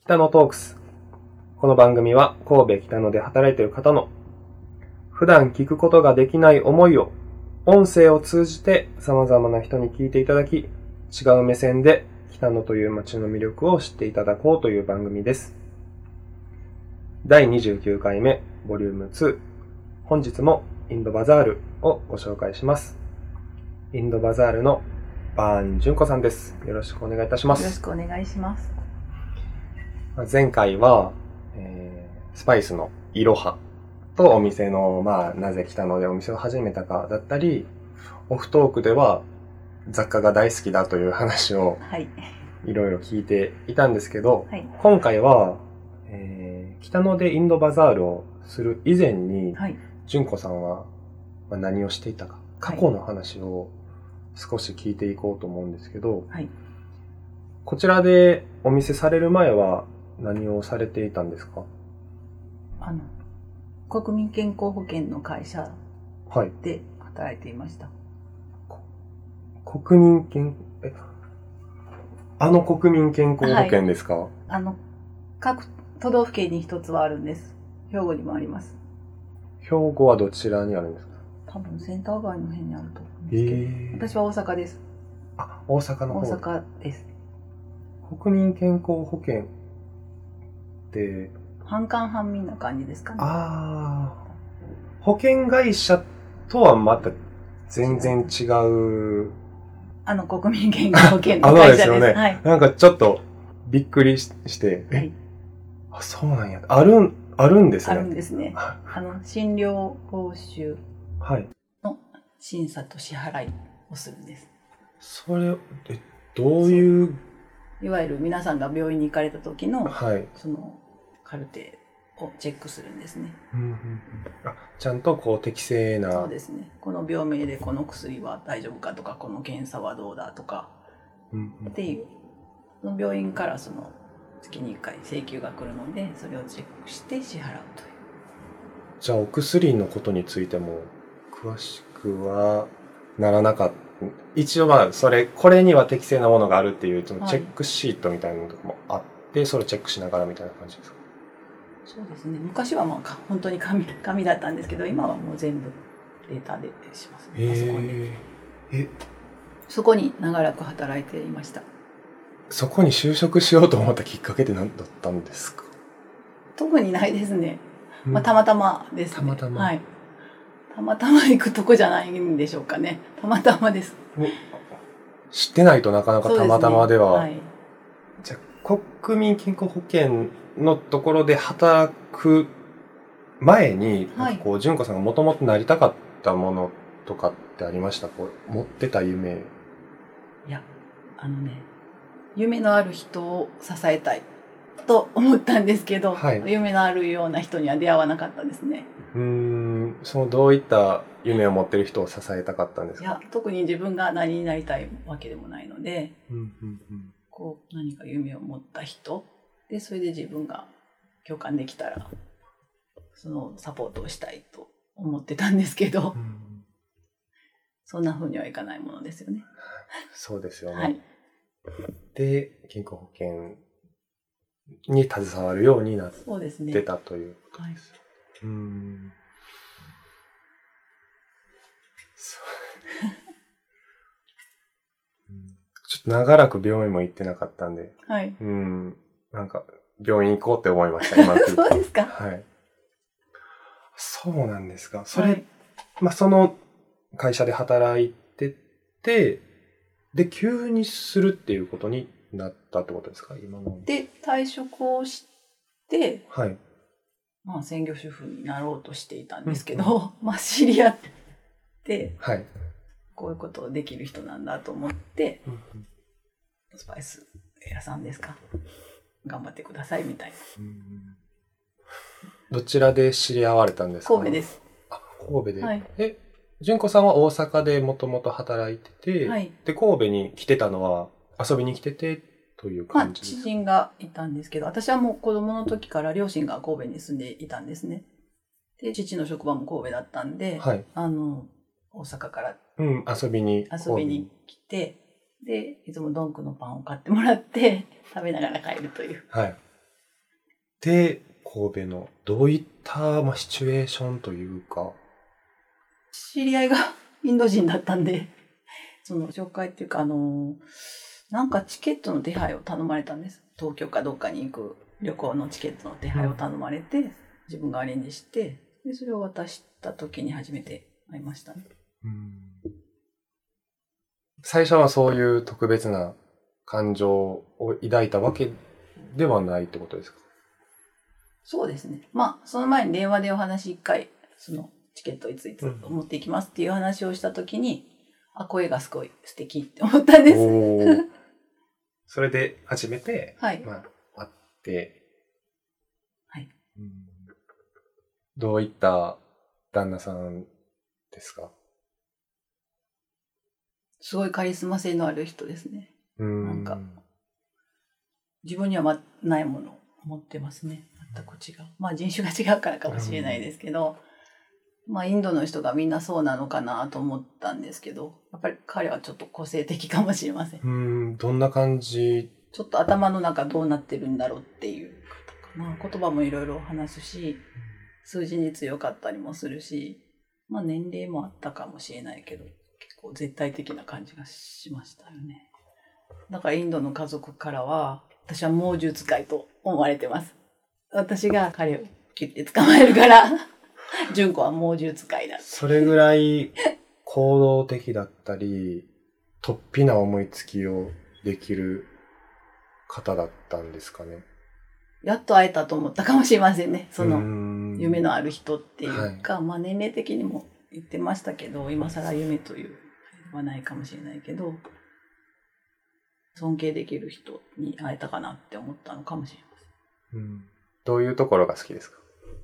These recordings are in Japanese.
北野トークス。この番組は神戸北野で働いている方の普段聞くことができない思いを音声を通じて様々な人に聞いていただき、違う目線で北野という街の魅力を知っていただこうという番組です。第29回目ボリューム2。本日もインドバザールをご紹介します。インドバザールのバーン純子さんです。よろしくお願いいたします。 よろしくお願いします。 前回は、スパイスのいろはとお店の、なぜ北野でお店を始めたかだったり、オフトークでは雑貨が大好きだという話をいろいろ聞いていたんですけど、今回は、北野でインドバザールをする以前に、純子さんは何をしていたか、過去の話を少し聞いていこうと思うんですけど、こちらでお店される前は何をされていたんですか？ 国民健康保険の会社で働いていました。 国民健康保険ですか？ 各都道府県に一つはあるんです。兵庫にもあります。 兵庫はどちらにあるんですか？ 多分センター街の辺にあると思うんですけど、私は大阪です。 大阪の方。 大阪です。 国民健康保険って半官半民な感じですかね。 保険会社とはまた全然違う。 国民健康保険の会社です。 ですよね。なんかちょっとびっくりして、そうなんや。あるんですね。 あるんですね。診療報酬の審査と支払いをするんです。 それ、どういう？ いわゆる皆さんが病院に行かれた時の、そのカルテをチェックするんですね。 ちゃんと適正な。 そうですね。この病名でこの薬は大丈夫かとか、この検査はどうだとか、っていう、その病院からその月に1回請求が来るので、それをチェックして支払うという。 じゃあお薬のことについても詳しくはならなかった。一応これには適正なものがあるっていうチェックシートみたいなのとかもあって、それをチェックしながらみたいな感じですか？ そうですね。昔は本当に紙だったんですけど、今はもう全部データでしますね。そこに長らく働いていました。そこに就職しようと思ったきっかけって何だったんですか？ 特にないですね。たまたまですね。 たまたま。 たまたま行くとこじゃないんでしょうかね。たまたまです。 知ってないとなかなかたまたまでは。じゃあ国民健康保険のところで働く前に、純子さんがもともとなりたかったものとかってありました？持ってた夢。 いや、夢のある人を支えたいと思ったんですけど、夢のあるような人には出会わなかったですね。 どういった夢を持ってる人を支えたかったんですか？ いや、特に自分が何になりたいわけでもないので、何か夢を持った人で、それで自分が共感できたらそのサポートをしたいと思ってたんですけど、そんな風にはいかないものですよね。 そうですよね。で、健康保険に携わるようになってたということです。ちょっと長らく病院も行ってなかったんで、なんか病院行こうって思いました。今そうですか。 そうなんですか。それ、その会社で働いてて、で急にするっていうことになったってことですか？今ので退職をして、専業主婦になろうとしていたんですけど、知り合って、こういうことをできる人なんだと思って、スパイス屋さんですか、頑張ってくださいみたいな。 どちらで知り合われたんですか？ 神戸です。 神戸で。純子さんは大阪でもともと働いてて、で神戸に来てたのは遊びに来ててという感じですか？ 知人がいたんですけど、私はもう子供の時から両親が神戸に住んでいたんですね。で父の職場も神戸だったんで、大阪から遊びに来て、でいつもドンクのパンを買ってもらって食べながら帰るという。 て神戸のどういった、シチュエーションというか。 知り合いがインド人だったんで、その紹介っていうかなんかチケットの手配を頼まれたんです。東京かどっかに行く旅行のチケットの手配を頼まれて、自分がアレンジして、でそれを渡した時に初めて会いましたね。 最初はそういう特別な感情を抱いたわけではないってことですか？ そうですね。その前に電話でお話一回、そのチケットいついつ持っていきますっていう話をしたときに、声がすごい素敵って思ったんです。 それで初めて、 はい。 会って、 はい。 どういった旦那さんですか？ すごいカリスマ性のある人ですね。なんか、自分にはないものを持ってますね。全く違う。人種が違うからかもしれないですけど、インドの人がみんなそうなのかなと思ったんですけど、やっぱり彼はちょっと個性的かもしれません。 どんな感じ？ ちょっと頭の中どうなってるんだろうっていう方かな。言葉もいろいろ話すし、数字に強かったりもするし、年齢もあったかもしれないけど、結構絶対的な感じがしましたよね。だからインドの家族からは、私は猛獣使いと思われてます。私が彼をキュッて捕まえるから、純子は猛獣使いだ。 それぐらい行動的だったり、突飛な思いつきをできる方だったんですかね。 やっと会えたと思ったかもしれませんね。その夢のある人っていうか、年齢的にも言ってましたけど、今更夢というはないかもしれないけど、尊敬できる人に会えたかなって思ったのかもしれません。 どういうところが好きですか？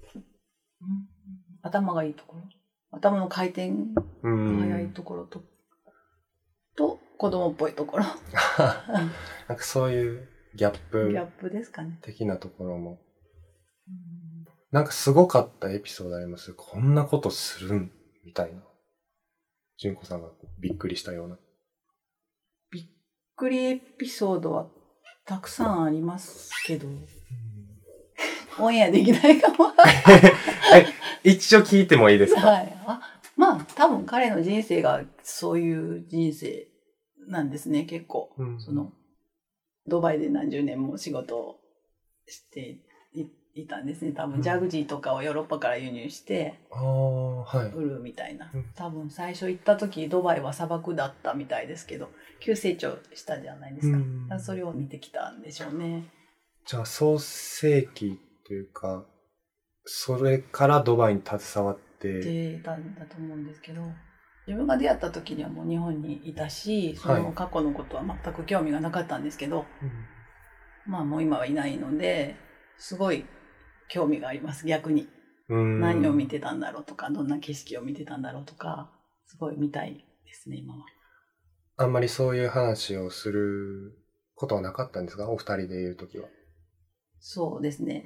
頭がいいところ、頭の回転が速いところと子供っぽいところなんかそういうギャップですかね。 的なところも。なんかすごかったエピソードあります？こんなことするんみたいな。純子さんがびっくりしたような。 びっくりエピソードはたくさんありますけど、オンエアできないかも。 一応聞いてもいいですか？ はい。多分彼の人生がそういう人生なんですね、結構。そのドバイで何十年も仕事をしていたんですね。多分ジャグジーとかをヨーロッパから輸入して売るみたいな。多分最初行った時ドバイは砂漠だったみたいですけど、急成長したじゃないですか。だからそれを見てきたんでしょうね。 じゃあ創世記というか、それからドバイに携わってたんだと思うんですけど、自分が出会った時にはもう日本にいたし、その過去のことは全く興味がなかったんですけど、もう今はいないので、すごい興味があります、逆に。何を見てたんだろうとか、どんな景色を見てたんだろうとか、すごい見たいですね、今は。 あんまりそういう話をすることはなかったんですか？お二人でいる時は。 そうですね。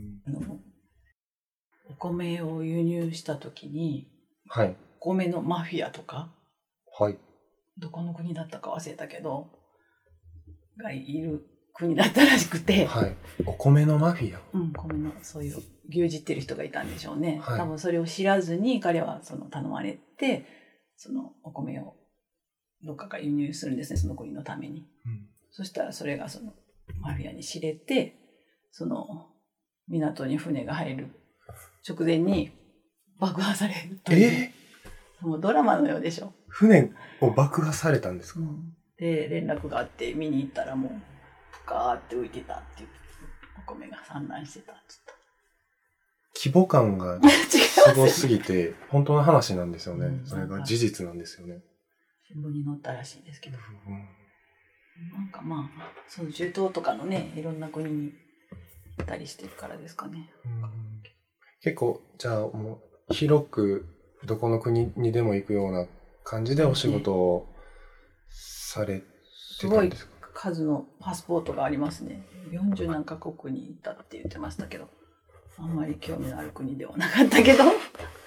お米を輸入した時に、お米のマフィアとか、どこの国だったか忘れたけど、がいる国だったらしくて、 お米のマフィア、 米のそういう牛耳ってる人がいたんでしょうね。多分それを知らずに彼はその頼まれて、そのお米をどっかから輸入するんですね、その国のために。そしたらそれがそのマフィアに知れて、その港に船が入る直前に爆破されるという。もうドラマのようでしょ。 船を爆破されたんですか？ で、連絡があって見に行ったらもう、ぷかーって浮いてたっていう、お米が散乱してたって言った。規模感がすごすぎて、本当の話なんですよね。それが事実なんですよね。 新聞に載ったらしいですけど。なんかその中東とかのね、いろんな国に行ったりしてるからですかね。 結構、じゃあもう、広くどこの国にでも行くような感じでお仕事をされてたんですか？ すごい数のパスポートがありますね。40何カ国に行ったって言ってましたけど、あんまり興味のある国ではなかったけど。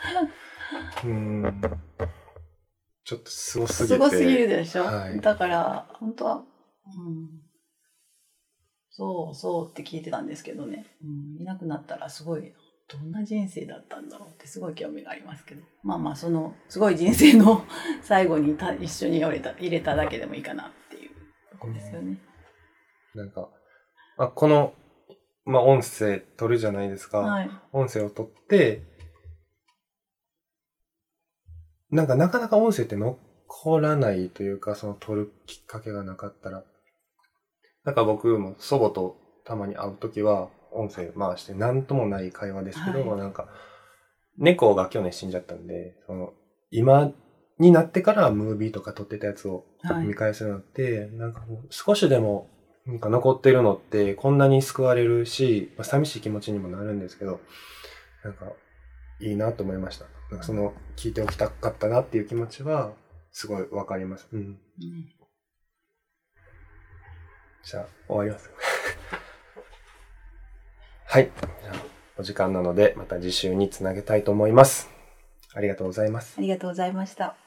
ちょっとすごすぎて。 すごすぎるでしょ。だから、本当は、 そうって聞いてたんですけどね、いなくなったらすごいどんな人生だったんだろうってすごい興味がありますけど、そのすごい人生の最後に一緒に入れただけでもいいかなっていうとこですよね。 なんかこの、音声取るじゃないですか、はい、音声を取ってなかなか音声って残らないというか、その取るきっかけがなかったら、僕も祖母とたまに会うときは音声回して何ともない会話ですけど、はい、猫が去年死んじゃったんで、今になってからムービーとか撮ってたやつを見返すようになって、もう少しでも残ってるのってこんなに救われるし、寂しい気持ちにもなるんですけど、いいなと思いました。聞いておきたかったなっていう気持ちはすごいわかります。じゃあ終わります。はい。じゃあお時間なのでまた次週につなげたいと思います。ありがとうございます。 ありがとうございました。